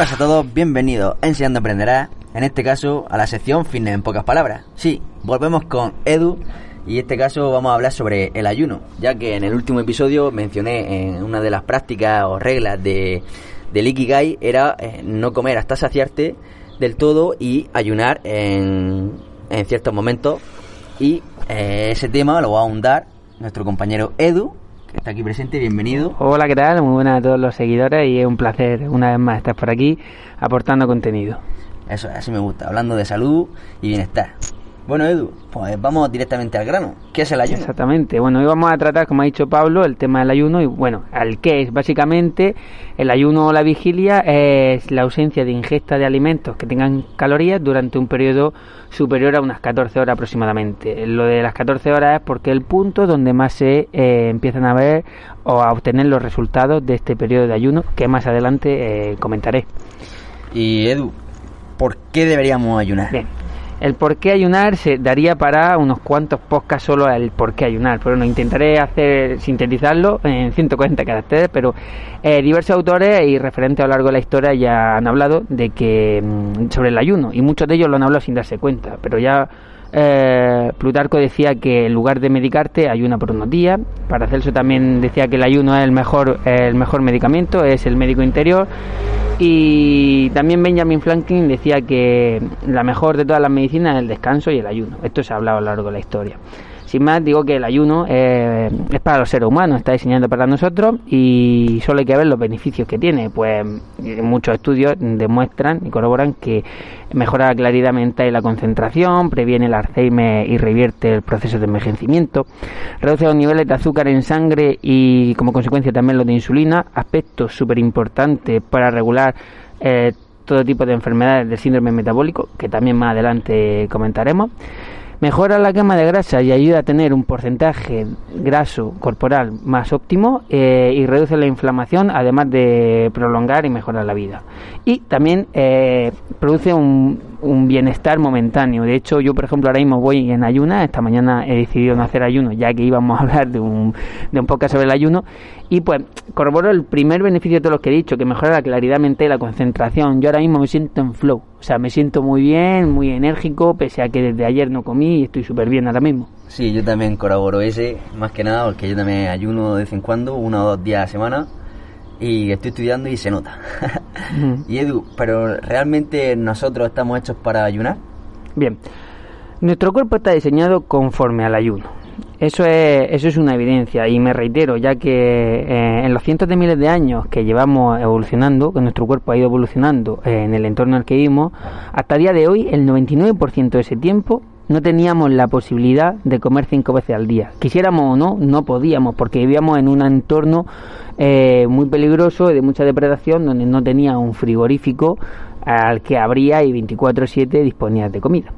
buenas a todos, bienvenidos a Enseñando Aprenderás, en este caso a la sección Fitness en pocas palabras. Sí, volvemos con Edu y en este caso vamos a hablar sobre el ayuno, ya que en el último episodio mencioné en una de las prácticas o reglas del Ikigai era no comer hasta saciarte del todo y ayunar en ciertos momentos, y ese tema lo va a ahondar nuestro compañero Edu, que está aquí presente. Bienvenido. Hola, ¿qué tal? Muy buenas a todos los seguidores y es un placer una vez más estar por aquí aportando contenido. Eso, así me gusta, hablando de salud y bienestar. Bueno, Edu, pues vamos directamente al grano. ¿Qué es el ayuno? Exactamente. Bueno, hoy vamos a tratar, como ha dicho Pablo, el tema del ayuno y, bueno, al qué es. Básicamente, el ayuno o la vigilia es la ausencia de ingesta de alimentos que tengan calorías durante un periodo superior a unas 14 horas aproximadamente. Lo de las 14 horas es porque es el punto donde más se empiezan a ver o a obtener los resultados de este periodo de ayuno, que más adelante comentaré. Y, Edu, ¿por qué deberíamos ayunar? Bien. El por qué ayunar se daría para unos cuantos podcasts solo el por qué ayunar, pero no intentaré sintetizarlo en 140 caracteres, pero diversos autores y referentes a lo largo de la historia ya han hablado de que sobre el ayuno, y muchos de ellos lo han hablado sin darse cuenta, pero ya Plutarco decía que en lugar de medicarte, ayuna por unos días. Paracelso también decía que el ayuno es el mejor medicamento, es el médico interior. Y también Benjamin Franklin decía que la mejor de todas las medicinas es el descanso y el ayuno. Esto se ha hablado a lo largo de la historia. Sin más, digo que el ayuno es para los seres humanos, está diseñado para nosotros y solo hay que ver los beneficios que tiene. Pues muchos estudios demuestran y corroboran que mejora la claridad mental y la concentración, previene el Alzheimer y revierte el proceso de envejecimiento, reduce los niveles de azúcar en sangre y como consecuencia también los de insulina, aspectos súper importantes para regular todo tipo de enfermedades del síndrome metabólico, que también más adelante comentaremos. Mejora la quema de grasa y ayuda a tener un porcentaje graso corporal más óptimo y reduce la inflamación, además de prolongar y mejorar la vida. Y también produce un bienestar momentáneo. De hecho, yo, por ejemplo, ahora mismo voy en ayuna. Esta mañana he decidido no hacer ayuno, ya que íbamos a hablar de un podcast sobre el ayuno. Y pues corroboro el primer beneficio de todos los que he dicho, que mejora la claridad mental y la concentración. Yo ahora mismo me siento en flow, o sea, me siento muy bien, muy enérgico, pese a que desde ayer no comí y estoy súper bien ahora mismo. Sí, yo también corroboro ese, más que nada, porque yo también ayuno de vez en cuando, 1 o 2 días a la semana, y estoy estudiando y se nota. Y Edu, ¿pero realmente nosotros estamos hechos para ayunar? Bien, nuestro cuerpo está diseñado conforme al ayuno. Eso es una evidencia, y me reitero, ya que en los cientos de miles de años que llevamos evolucionando, que nuestro cuerpo ha ido evolucionando en el entorno en el que vivimos, hasta el día de hoy el 99% de ese tiempo no teníamos la posibilidad de comer 5 veces al día. Quisiéramos o no podíamos, porque vivíamos en un entorno muy peligroso, de mucha depredación, donde no tenía un frigorífico al que abría y 24/7 disponías de comida.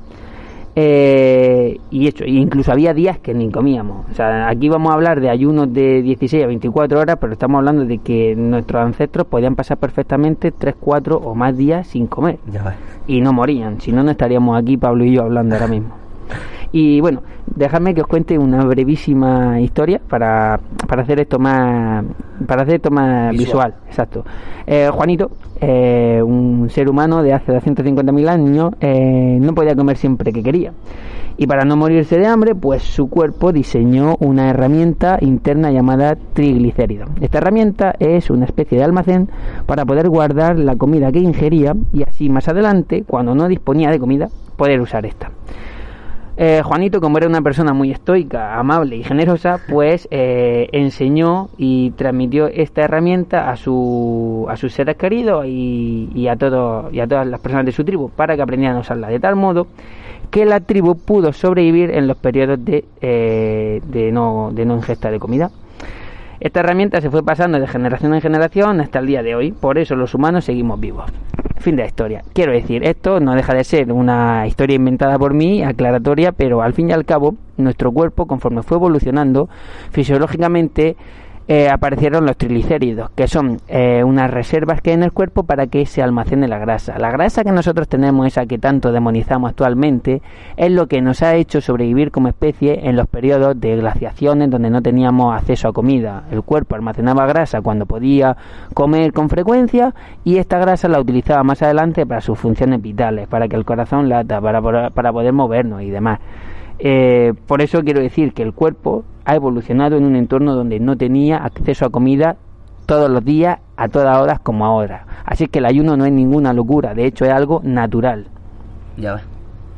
Y incluso había días que ni comíamos. O sea, aquí vamos a hablar de ayunos de 16 a 24 horas, pero estamos hablando de que nuestros ancestros podían pasar perfectamente 3, 4 o más días sin comer. Y no morían, si no, no estaríamos aquí Pablo y yo hablando ahora mismo. Y bueno, dejadme que os cuente una brevísima historia para hacer esto más visual. Exacto. Juanito, un ser humano de hace 250.000 años, no podía comer siempre que quería. Y para no morirse de hambre, pues su cuerpo diseñó una herramienta interna llamada triglicérido. Esta herramienta es una especie de almacén para poder guardar la comida que ingería y así más adelante, cuando no disponía de comida, poder usar esta. Juanito, como era una persona muy estoica, amable y generosa, pues enseñó y transmitió esta herramienta a sus seres queridos y a todas las personas de su tribu, para que aprendieran a usarla, de tal modo que la tribu pudo sobrevivir en los periodos de no ingesta de comida. Esta herramienta se fue pasando de generación en generación hasta el día de hoy, por eso los humanos seguimos vivos. Fin de la historia. Quiero decir, esto no deja de ser una historia inventada por mí, aclaratoria, pero al fin y al cabo, nuestro cuerpo, conforme fue evolucionando, fisiológicamente aparecieron los triglicéridos, que son unas reservas que hay en el cuerpo para que se almacene la grasa. La grasa que nosotros tenemos, esa que tanto demonizamos actualmente, es lo que nos ha hecho sobrevivir como especie en los periodos de glaciaciones donde no teníamos acceso a comida. El cuerpo almacenaba grasa cuando podía comer con frecuencia y esta grasa la utilizaba más adelante para sus funciones vitales, para que el corazón lata, para poder movernos y demás. Por eso quiero decir que el cuerpo ha evolucionado en un entorno donde no tenía acceso a comida todos los días, a todas horas como ahora. Así que el ayuno no es ninguna locura, de hecho es algo natural. Ya ves.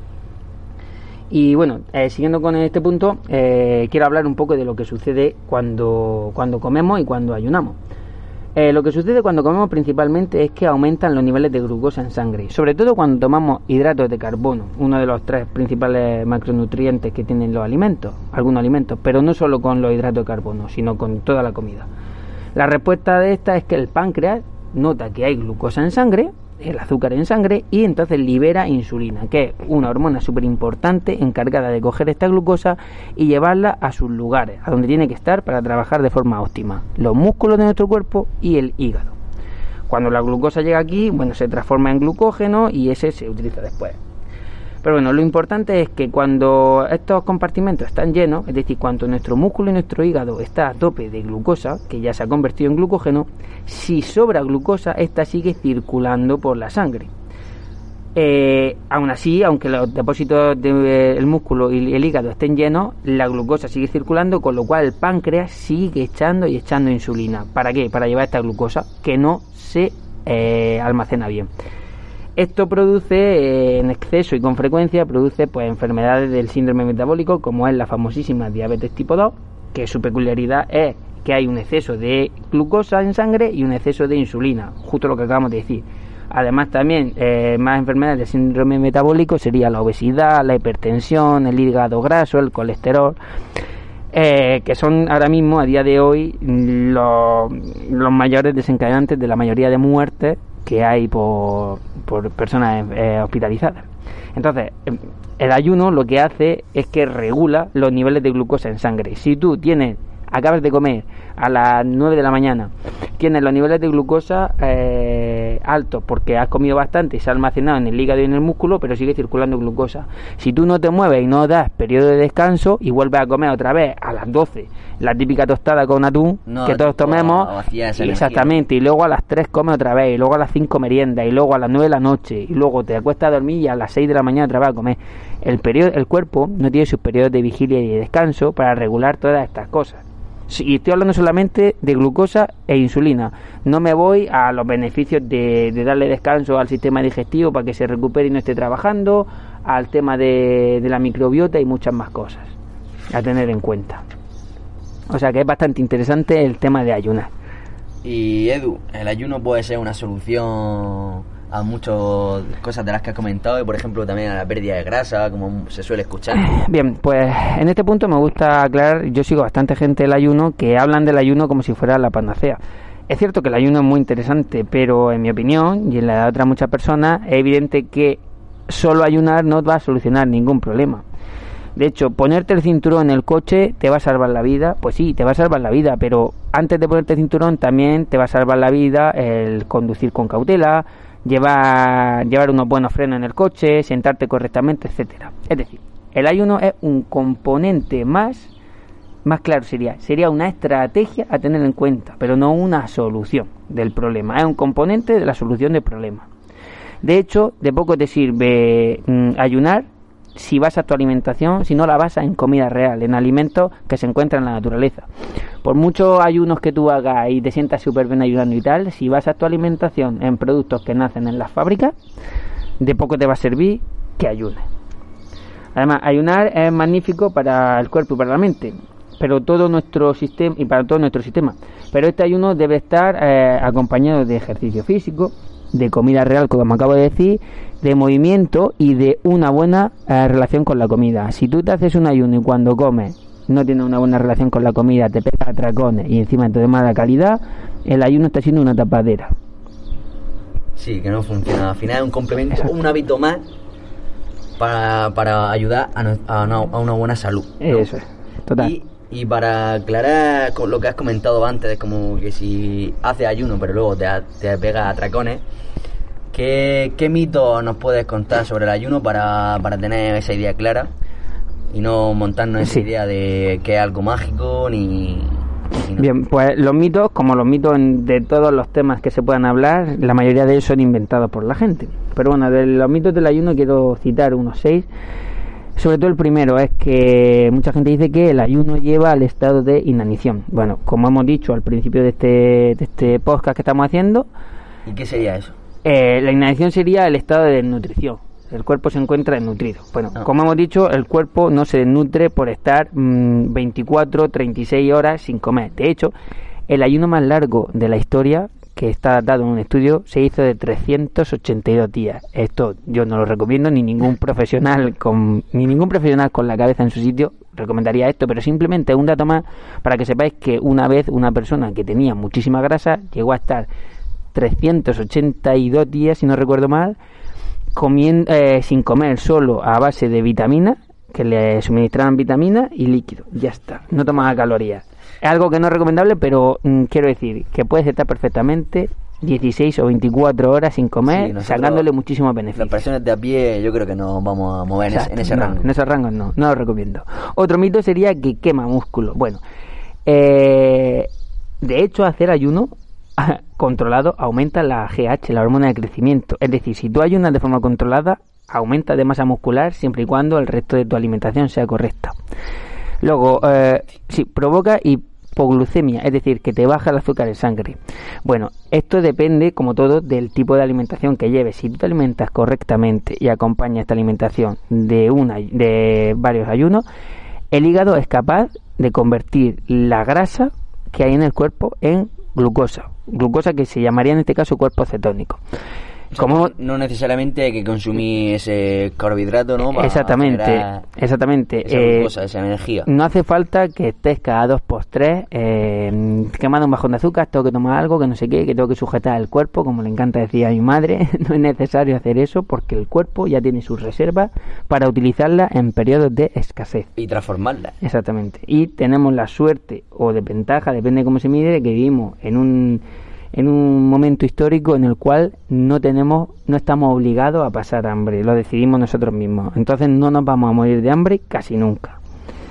Y bueno, siguiendo con este punto, quiero hablar un poco de lo que sucede cuando comemos y cuando ayunamos. Lo que sucede cuando comemos principalmente es que aumentan los niveles de glucosa en sangre, sobre todo cuando tomamos hidratos de carbono, uno de los 3 principales macronutrientes que tienen los alimentos, algunos alimentos, pero no solo con los hidratos de carbono, sino con toda la comida. La respuesta de esta es que el páncreas nota que hay glucosa en sangre, el azúcar en sangre, y entonces libera insulina, que es una hormona súper importante encargada de coger esta glucosa y llevarla a sus lugares, a donde tiene que estar para trabajar de forma óptima, los músculos de nuestro cuerpo y el hígado. Cuando la glucosa llega aquí, bueno, se transforma en glucógeno y ese se utiliza después. Pero bueno, lo importante es que cuando estos compartimentos están llenos, es decir, cuando nuestro músculo y nuestro hígado está a tope de glucosa, que ya se ha convertido en glucógeno, si sobra glucosa, esta sigue circulando por la sangre. Aún así, aunque los depósitos del músculo y el hígado estén llenos, la glucosa sigue circulando, con lo cual el páncreas sigue echando y echando insulina. ¿Para qué? Para llevar esta glucosa que no se almacena bien. Esto produce en exceso y con frecuencia produce pues enfermedades del síndrome metabólico, como es la famosísima diabetes tipo 2, que su peculiaridad es que hay un exceso de glucosa en sangre y un exceso de insulina, justo lo que acabamos de decir. Además también más enfermedades del síndrome metabólico sería la obesidad, la hipertensión, el hígado graso, el colesterol, que son ahora mismo, a día de hoy, los mayores desencadenantes de la mayoría de muertes que hay por personas hospitalizadas. Entonces, el ayuno lo que hace es que regula los niveles de glucosa en sangre. Si tú acabas de comer a las 9 de la mañana, tienes los niveles de glucosa altos porque has comido bastante y se ha almacenado en el hígado y en el músculo, pero sigue circulando glucosa. Si tú no te mueves y no das periodo de descanso y vuelves a comer otra vez a las 12, la típica tostada con atún que todos tomemos, exactamente, y luego a las 3 comes otra vez, y luego a las 5 merienda, y luego a las 9 de la noche, y luego te acuestas a dormir y a las 6 de la mañana otra vez a comer. El cuerpo no tiene sus periodos de vigilia y de descanso para regular todas estas cosas. Y estoy hablando solamente de glucosa e insulina. No me voy a los beneficios de darle descanso al sistema digestivo para que se recupere y no esté trabajando, al tema de la microbiota y muchas más cosas a tener en cuenta. O sea que es bastante interesante el tema de ayunar. Y Edu, el ayuno puede ser una solución a muchas cosas de las que has comentado, y por ejemplo también a la pérdida de grasa, como se suele escuchar. Bien, pues en este punto me gusta aclarar, yo sigo bastante gente del ayuno que hablan del ayuno como si fuera la panacea. Es cierto que el ayuno es muy interesante, pero en mi opinión y en la de otras muchas personas es evidente que solo ayunar no va a solucionar ningún problema. De hecho, ponerte el cinturón en el coche te va a salvar la vida. Pues sí, te va a salvar la vida, pero antes de ponerte el cinturón también te va a salvar la vida el conducir con cautela, llevar unos buenos frenos en el coche, sentarte correctamente, etcétera. Es decir, el ayuno es un componente más claro, sería una estrategia a tener en cuenta, pero no una solución del problema. Es un componente de la solución del problema. De hecho, de poco te sirve ayunar si basas tu alimentación, si no la basas en comida real, en alimentos que se encuentran en la naturaleza. Por muchos ayunos que tú hagas y te sientas súper bien ayunando y tal, si basas tu alimentación en productos que nacen en las fábricas, de poco te va a servir que ayunes. Además, ayunar es magnífico para el cuerpo y para la mente, pero todo nuestro sistema y para todo nuestro sistema. Pero este ayuno debe estar acompañado de ejercicio físico, de comida real, como acabo de decir, de movimiento y de una buena relación con la comida. Si tú te haces un ayuno y cuando comes no tienes una buena relación con la comida, te pegas atracones y encima de mala calidad, el ayuno está siendo una tapadera. Sí, que no funciona. Al final es un complemento, exacto, un hábito más para ayudar a una buena salud, ¿no? Eso es, total. Y para aclarar con lo que has comentado antes, como que si haces ayuno pero luego te pegas a atracones, ¿qué mito nos puedes contar sobre el ayuno para tener esa idea clara y no montarnos esa idea de que es algo mágico ni no? Bien, pues los mitos, como los mitos de todos los temas que se puedan hablar, la mayoría de ellos son inventados por la gente. Pero bueno, de los mitos del ayuno quiero citar unos 6. Sobre todo el primero es que mucha gente dice que el ayuno lleva al estado de inanición. Bueno, como hemos dicho al principio de este podcast que estamos haciendo. ¿Y qué sería eso? La inanición sería el estado de desnutrición. El cuerpo se encuentra desnutrido. Bueno, como hemos dicho, el cuerpo no se desnutre por estar 24, 36 horas sin comer. De hecho, el ayuno más largo de la historia, que está dado en un estudio, se hizo de 382 días. Esto yo no lo recomiendo, ni ningún profesional con la cabeza en su sitio recomendaría esto, pero simplemente un dato más para que sepáis que una vez una persona que tenía muchísima grasa llegó a estar 382 días, si no recuerdo mal, sin comer, solo a base de vitaminas, que le suministraban vitaminas y líquido. Ya está, no tomaba calorías. Es algo que no es recomendable, pero quiero decir que puedes estar perfectamente 16 o 24 horas sin comer, sacándole muchísimos beneficios. Las personas de a pie yo creo que nos vamos a mover en ese rango. En esos rangos no lo recomiendo. Otro mito sería que quema músculo. Bueno, de hecho hacer ayuno controlado aumenta la GH, la hormona de crecimiento. Es decir, si tú ayunas de forma controlada, aumenta de masa muscular siempre y cuando el resto de tu alimentación sea correcta. Luego, provoca hipoglucemia, es decir, que te baja el azúcar en sangre. Bueno, esto depende, como todo, del tipo de alimentación que lleves. Si tú te alimentas correctamente y acompañas esta alimentación de varios ayunos, el hígado es capaz de convertir la grasa que hay en el cuerpo en glucosa que se llamaría en este caso cuerpo cetónico. O sea, no necesariamente hay que consumir ese carbohidrato, ¿no? Para exactamente. Esa glucosa, esa energía. No hace falta que estés cada 2x3 quemando un bajón de azúcar, tengo que tomar algo, que no sé qué, que tengo que sujetar el cuerpo, como le encanta decir a mi madre. No es necesario hacer eso porque el cuerpo ya tiene sus reservas para utilizarla en periodos de escasez. Y transformarla. Exactamente. Y tenemos la suerte o desventaja, depende de cómo se mide, de que vivimos en un momento histórico en el cual no estamos obligados a pasar hambre, lo decidimos nosotros mismos, entonces no nos vamos a morir de hambre casi nunca.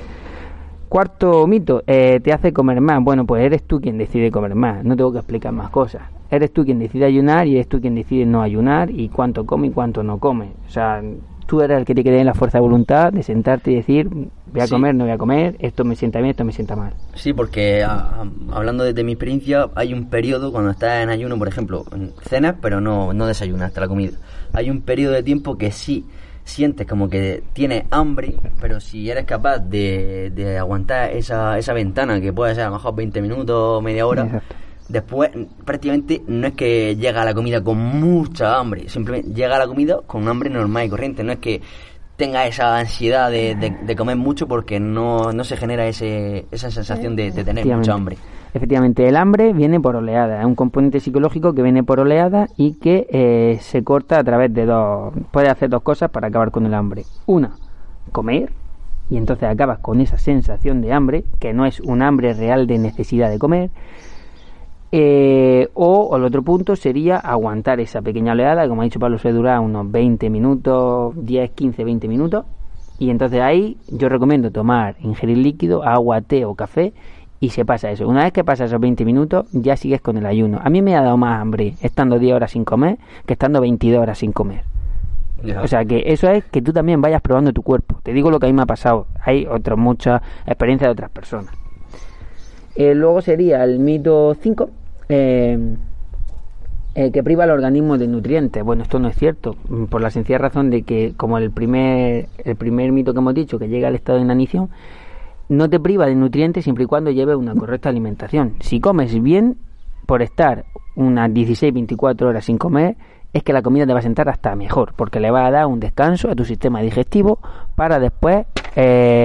Cuarto mito, te hace comer más. Bueno, pues eres tú quien decide comer más, no tengo que explicar más cosas. Eres tú quien decide ayunar y eres tú quien decide no ayunar y cuánto come y cuánto no come. O sea, tú eres el que te tiene la fuerza de voluntad de sentarte y decir, voy a comer, no voy a comer, esto me sienta bien, esto me sienta mal. Sí, porque hablando desde mi experiencia, hay un periodo cuando estás en ayuno, por ejemplo, cenas, pero no desayunas hasta la comida. Hay un periodo de tiempo que sí sientes como que tienes hambre, pero si eres capaz de aguantar esa ventana, que puede ser a lo mejor 20 minutos, media hora, exacto. Después prácticamente no es que llega a la comida con mucha hambre, simplemente llega a la comida con un hambre normal y corriente. No es que tenga esa ansiedad de comer mucho porque no se genera esa sensación de tener mucha hambre. Efectivamente, el hambre viene por oleada, es un componente psicológico que viene por oleada y que se corta a través de puedes hacer dos cosas para acabar con el hambre. Una, comer, y entonces acabas con esa sensación de hambre, que no es un hambre real de necesidad de comer. O el otro punto sería aguantar esa pequeña oleada, como ha dicho Pablo, suele durar unos 20 minutos, 10, 15, 20 minutos, y entonces ahí yo recomiendo ingerir líquido, agua, té o café, y se pasa eso. Una vez que pasa esos 20 minutos ya sigues con el ayuno. A mí me ha dado más hambre estando 10 horas sin comer que estando 22 horas sin comer. O sea que eso es que tú también vayas probando tu cuerpo. Te digo lo que a mí me ha pasado, hay muchas experiencias de otras personas. Luego sería el mito 5, que priva al organismo de nutrientes. Bueno, esto no es cierto, por la sencilla razón de que, como el primer mito que hemos dicho, que llega al estado de inanición, no te priva de nutrientes siempre y cuando lleves una correcta alimentación. Si comes bien, por estar unas 16-24 horas sin comer, es que la comida te va a sentar hasta mejor, porque le va a dar un descanso a tu sistema digestivo para después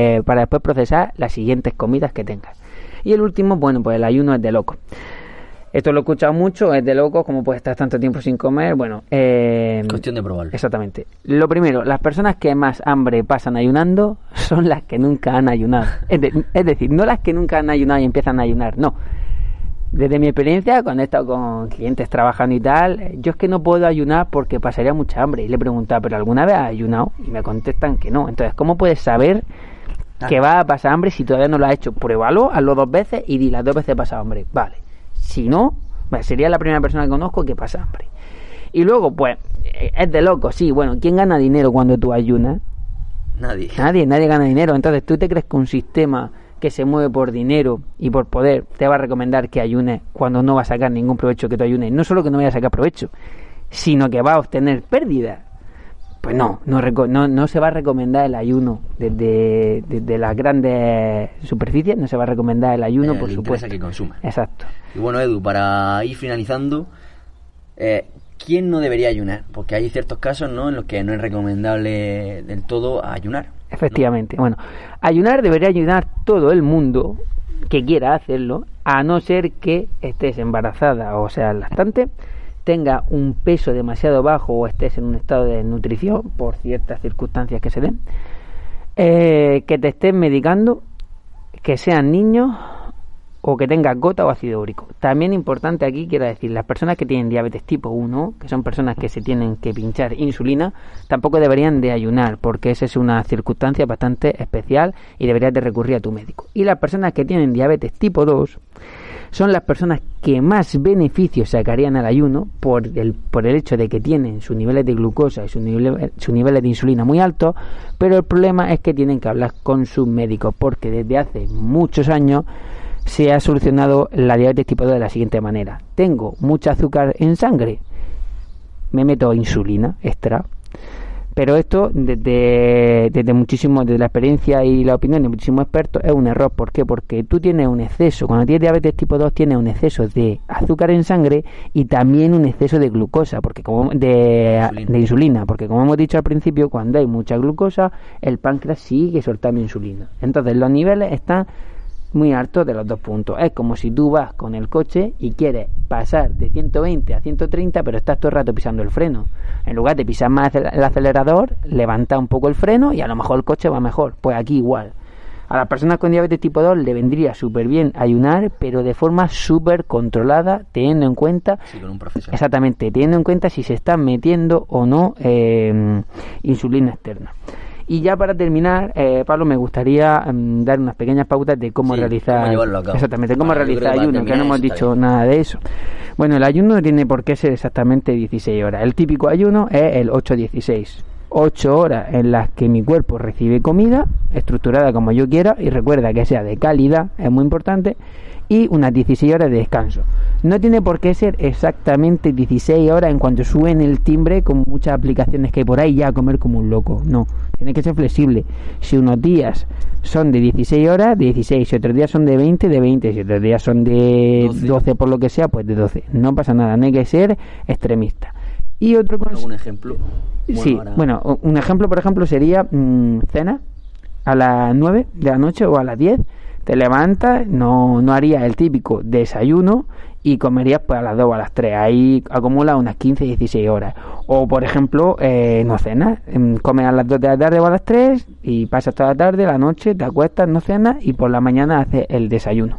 procesar las siguientes comidas que tengas. Y el último, bueno, pues el ayuno es de loco. Esto lo he escuchado mucho, es de locos, ¿cómo puedes estar tanto tiempo sin comer? Bueno, cuestión de probarlo. Exactamente. Lo primero, las personas que más hambre pasan ayunando son las que nunca han ayunado. Es decir, no las que nunca han ayunado y empiezan a ayunar, no. Desde mi experiencia, cuando he estado con clientes trabajando y tal, yo es que no puedo ayunar porque pasaría mucha hambre. Y le he preguntado, ¿pero alguna vez has ayunado? Y me contestan que no. Entonces, ¿cómo puedes saber que vas a pasar hambre si todavía no lo has hecho? Pruébalo, hazlo 2 veces y di las 2 veces he pasado hambre. Vale. Si no, sería la primera persona que conozco que pasa hambre. Y luego, pues, es de loco, sí. Bueno, ¿quién gana dinero cuando tú ayunas? Nadie Gana dinero. Entonces, ¿tú te crees que un sistema que se mueve por dinero y por poder te va a recomendar que ayunes cuando no va a sacar ningún provecho que tú ayunes? No solo que no vaya a sacar provecho, sino que va a obtener pérdidas. Pues no se va a recomendar el ayuno desde las grandes superficies, no se va a recomendar el ayuno, por supuesto. Que consuma. Exacto. Y bueno, Edu, para ir finalizando, ¿quién no debería ayunar? Porque hay ciertos casos, ¿no?, en los que no es recomendable del todo ayunar. Efectivamente. ¿No? Bueno, ayunar debería ayunar todo el mundo que quiera hacerlo, a no ser que estés embarazada o sea lactante, tenga un peso demasiado bajo o estés en un estado de desnutrición por ciertas circunstancias que se den, que te estén medicando, que sean niños o que tengas gota o ácido úrico. También importante aquí, quiero decir, las personas que tienen diabetes tipo 1, que son personas que se tienen que pinchar insulina, tampoco deberían de ayunar, porque esa es una circunstancia bastante especial y deberías de recurrir a tu médico. Y las personas que tienen diabetes tipo 2 son las personas que más beneficios sacarían al ayuno por el hecho de que tienen sus niveles de glucosa y sus niveles de insulina muy altos, pero el problema es que tienen que hablar con sus médicos, porque desde hace muchos años se ha solucionado la diabetes tipo 2 de la siguiente manera: tengo mucho azúcar en sangre, me meto insulina extra. Pero esto, desde la experiencia y la opinión de muchísimos expertos, es un error. ¿Por qué? Porque tú tienes un exceso, cuando tienes diabetes tipo 2, tienes un exceso de azúcar en sangre y también un exceso de glucosa, de insulina, porque como hemos dicho al principio, cuando hay mucha glucosa, el páncreas sigue soltando insulina. Entonces los niveles están muy altos de los 2 puntos. Es como si tú vas con el coche y quieres pasar de 120 a 130, pero estás todo el rato pisando el freno. En lugar de pisar más el acelerador, levanta un poco el freno y a lo mejor el coche va mejor. Pues aquí igual. A las personas con diabetes tipo 2 le vendría súper bien ayunar, pero de forma súper controlada, teniendo en cuenta... Sí, con un profesional. Exactamente, teniendo en cuenta si se están metiendo o no insulina externa. Y ya para terminar, Pablo, me gustaría dar unas pequeñas pautas de cómo realizar... Cómo llevarlo a cabo. Exactamente, cómo realizar ayuno, que no hemos dicho nada de eso. Bueno, el ayuno no tiene por qué ser exactamente 16 horas. El típico ayuno es el 8-16. 8 horas en las que mi cuerpo recibe comida, estructurada como yo quiera, y recuerda que sea de calidad, es muy importante, y unas 16 horas de descanso. No tiene por qué ser exactamente 16 horas en cuanto suene el timbre, con muchas aplicaciones que hay por ahí, ya a comer como un loco. No, tiene que ser flexible. Si unos días son de 16 horas, de 16, si otros días son de 20, de 20, si otros días son de 12 por lo que sea, pues de 12. No pasa nada, no hay que ser extremista. Y otro ¿algún ejemplo? Bueno, un ejemplo, por ejemplo, sería cena a las 9 de la noche o a las 10. Te levantas, no harías el típico desayuno y comerías pues a las 2 o a las 3. Ahí acumula unas 15-16 horas. O, por ejemplo, no cenas, comes a las 2 de la tarde o a las 3 y pasas toda la tarde, la noche, te acuestas, no cenas y por la mañana haces el desayuno.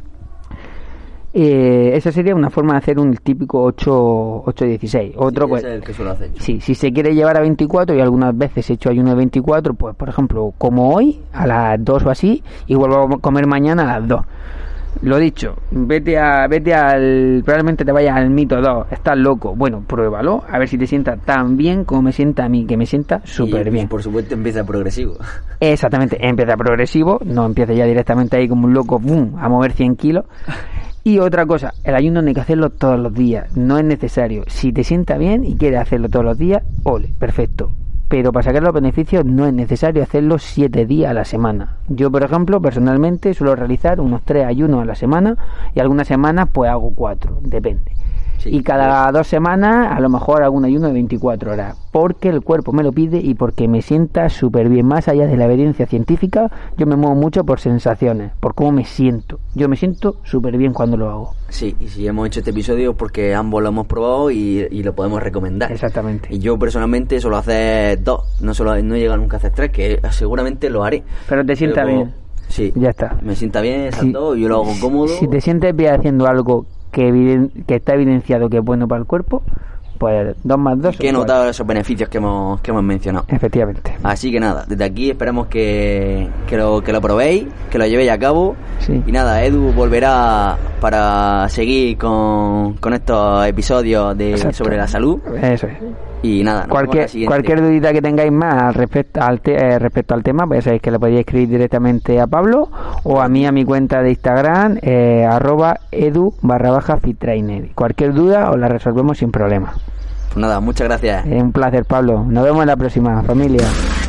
Esa sería una forma de hacer un típico 8-16. Otro, sí, pues, ese es el que suelo hacer. Sí, si se quiere llevar a 24, y algunas veces he hecho ayuno de 24, pues por ejemplo, como hoy, a las 2 o así, y vuelvo a comer mañana a las 2. Lo dicho, vete al... Probablemente te vayas al mito 2, estás loco. Bueno, pruébalo, a ver si te sienta tan bien como me sienta a mí, que me sienta súper bien. Por supuesto empieza progresivo. Exactamente, empieza progresivo, no empieza ya directamente ahí como un loco, ¡pum!, a mover 100 kilos. Y otra cosa, el ayuno no hay que hacerlo todos los días, no es necesario. Si te sienta bien y quieres hacerlo todos los días, ole, perfecto. Pero para sacar los beneficios no es necesario hacerlo 7 días a la semana. Yo, por ejemplo, personalmente suelo realizar unos 3 ayunos a la semana y algunas semanas pues hago 4, depende. Sí. Y cada 2 semanas a lo mejor algún ayuno de 24 horas, porque el cuerpo me lo pide y porque me sienta súper bien. Más allá de la evidencia científica, yo me muevo mucho por sensaciones, por cómo me siento. Yo me siento súper bien cuando lo hago. Sí, y si hemos hecho este episodio porque ambos lo hemos probado y lo podemos recomendar. Exactamente. Y yo personalmente solo hacer 2, no llega nunca a hacer 3, que seguramente lo haré. Pero te sienta bien. Sí, ya está. Me sienta bien esas 2, yo lo hago cómodo. Si te sientes bien haciendo algo que está evidenciado que es bueno para el cuerpo, pues 2 más 2. Que he notado esos beneficios que hemos mencionado. Efectivamente. Así que nada, desde aquí esperamos que lo probéis, que lo llevéis a cabo. Sí. Y nada, Edu volverá para seguir con estos episodios sobre la salud. Eso es. Y nada, cualquier dudita que tengáis más respecto al tema, pues ya sabéis que le podéis escribir directamente a Pablo o a mí a mi cuenta de Instagram, @edu_fittrainer. Cualquier duda os la resolvemos sin problema. Pues nada, muchas gracias. Un placer, Pablo. Nos vemos en la próxima, familia.